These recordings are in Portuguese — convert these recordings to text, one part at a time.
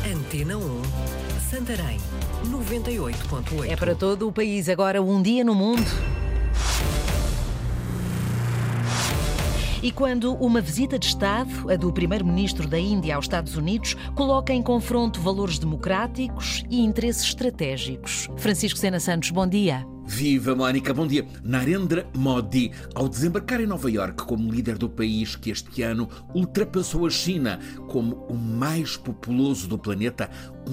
Antena 1, Santarém, 98.8. É para todo o país agora um dia no mundo. E quando uma visita de Estado, a do primeiro-ministro da Índia aos Estados Unidos, coloca em confronto valores democráticos e interesses estratégicos. Francisco Sena Santos, bom dia. Viva, Mónica, bom dia. Narendra Modi, ao desembarcar em Nova Iorque como líder do país que este ano ultrapassou a China como o mais populoso do planeta,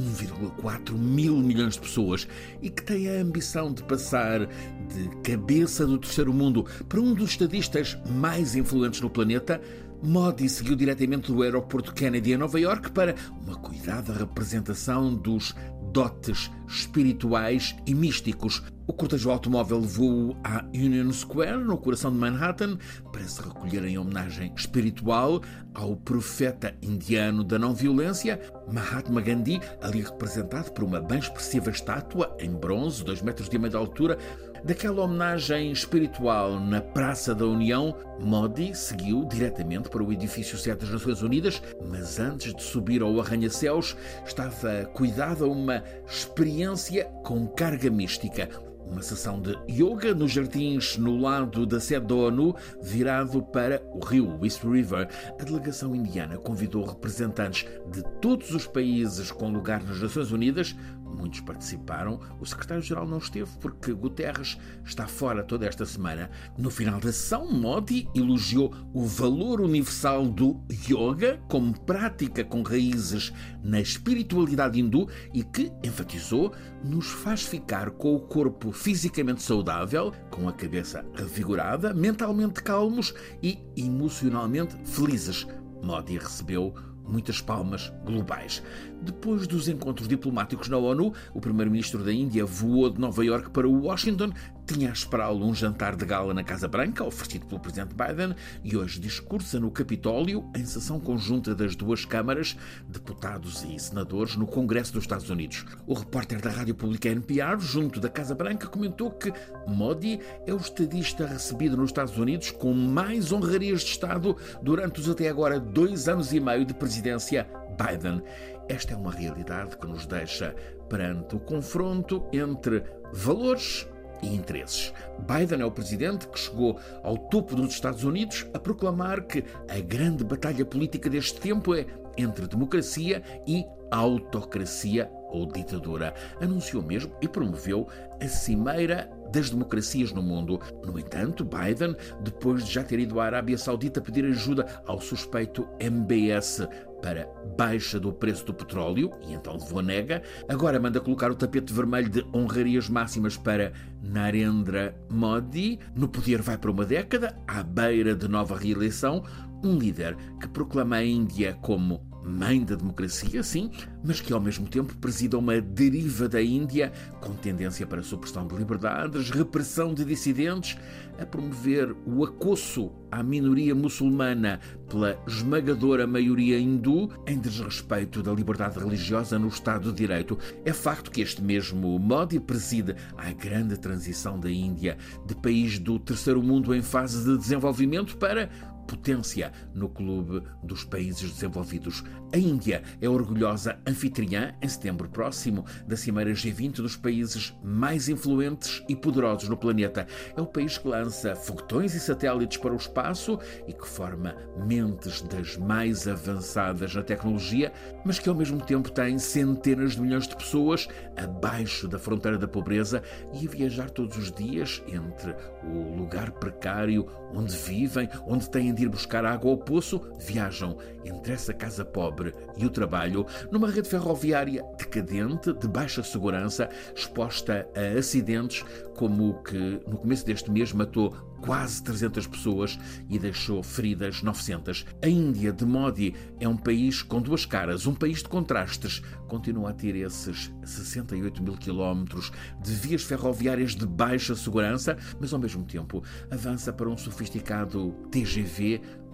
1,4 mil milhões de pessoas, e que tem a ambição de passar de cabeça do terceiro mundo para um dos estadistas mais influentes no planeta, Modi seguiu diretamente do aeroporto Kennedy em Nova Iorque para uma cuidada representação dos dotes espirituais e místicos. O cortejo automóvel levou-o à Union Square, no coração de Manhattan, para se recolher em homenagem espiritual ao profeta indiano da não-violência, Mahatma Gandhi, ali representado por uma bem expressiva estátua em bronze, 2,5 metros de altura. Daquela homenagem espiritual na Praça da União, Modi seguiu diretamente para o edifício sede das Nações Unidas, mas antes de subir ao arranha-céus, estava cuidada uma experiência com carga mística. Uma sessão de yoga nos jardins no lado da sede da ONU, virado para o rio East River. A delegação indiana convidou representantes de todos os países com lugar nas Nações Unidas. Muitos participaram. O secretário-geral não esteve porque Guterres está fora toda esta semana. No final da sessão, Modi elogiou o valor universal do yoga como prática com raízes na espiritualidade hindu e que, enfatizou, nos faz ficar com o corpo fisicamente saudável, com a cabeça revigorada, mentalmente calmos e emocionalmente felizes. Modi recebeu muitas palmas globais. Depois dos encontros diplomáticos na ONU, o primeiro-ministro da Índia voou de Nova Iorque para Washington, tinha a esperá-lo um jantar de gala na Casa Branca, oferecido pelo presidente Biden, e hoje discursa no Capitólio, em sessão conjunta das duas câmaras, deputados e senadores, no Congresso dos Estados Unidos. O repórter da Rádio Pública NPR, junto da Casa Branca, comentou que Modi é o estadista recebido nos Estados Unidos com mais honrarias de Estado durante os até agora 2 anos e meio de presidência Biden. Esta é uma realidade que nos deixa perante o confronto entre valores e interesses. Biden é o presidente que chegou ao topo dos Estados Unidos a proclamar que a grande batalha política deste tempo é entre democracia e autocracia ou ditadura. Anunciou mesmo e promoveu a Cimeira das Democracias no Mundo. No entanto, Biden, depois de já ter ido à Arábia Saudita pedir ajuda ao suspeito MBS para baixa do preço do petróleo, e então levou a nega, agora manda colocar o tapete vermelho de honrarias máximas para Narendra Modi. No poder vai para uma década, à beira de nova reeleição, um líder que proclama a Índia como mãe da democracia, sim, mas que ao mesmo tempo presida uma deriva da Índia com tendência para a supressão de liberdades, repressão de dissidentes, a promover o acosso à minoria muçulmana pela esmagadora maioria hindu, em desrespeito da liberdade religiosa no Estado de Direito. É facto que este mesmo Modi preside a grande transição da Índia de país do terceiro mundo em fase de desenvolvimento para potência no clube dos países desenvolvidos. A Índia é orgulhosa anfitriã, em setembro próximo, da Cimeira G20 dos países mais influentes e poderosos no planeta. É o país que lança foguetões e satélites para o espaço e que forma mentes das mais avançadas na tecnologia, mas que ao mesmo tempo tem centenas de milhões de pessoas abaixo da fronteira da pobreza e a viajar todos os dias entre o lugar precário onde vivem, onde têm de ir buscar água ao poço, viajam entre essa casa pobre e o trabalho numa rede ferroviária decadente, de baixa segurança, exposta a acidentes como o que no começo deste mês matou quase 300 pessoas e deixou feridas 900. A Índia de Modi é um país com duas caras, um país de contrastes. Continua a ter esses 68 mil quilómetros de vias ferroviárias de baixa segurança, mas ao mesmo tempo avança para um sofisticado TGV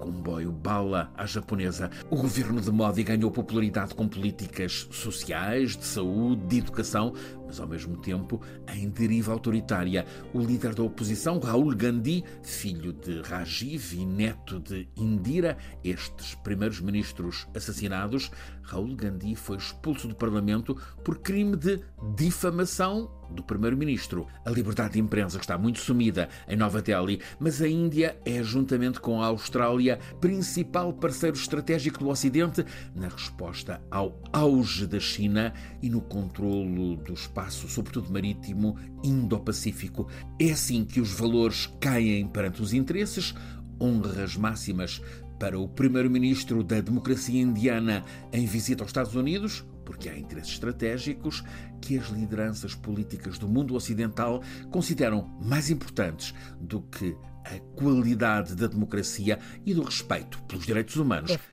comboio bala à japonesa. O governo de Modi ganhou popularidade com políticas sociais, de saúde, de educação, mas ao mesmo tempo em deriva autoritária. O líder da oposição, Rahul Gandhi, filho de Rajiv e neto de Indira, estes primeiros ministros assassinados, Rahul Gandhi foi expulso do Parlamento por crime de difamação do primeiro-ministro. A liberdade de imprensa está muito sumida em Nova Delhi, mas a Índia é, juntamente com a Austrália, principal parceiro estratégico do Ocidente na resposta ao auge da China e no controlo do espaço, sobretudo marítimo, Indo-Pacífico. É assim que os valores caem perante os interesses, honras máximas para o primeiro-ministro da democracia indiana em visita aos Estados Unidos, porque há interesses estratégicos que as lideranças políticas do mundo ocidental consideram mais importantes do que a qualidade da democracia e do respeito pelos direitos humanos.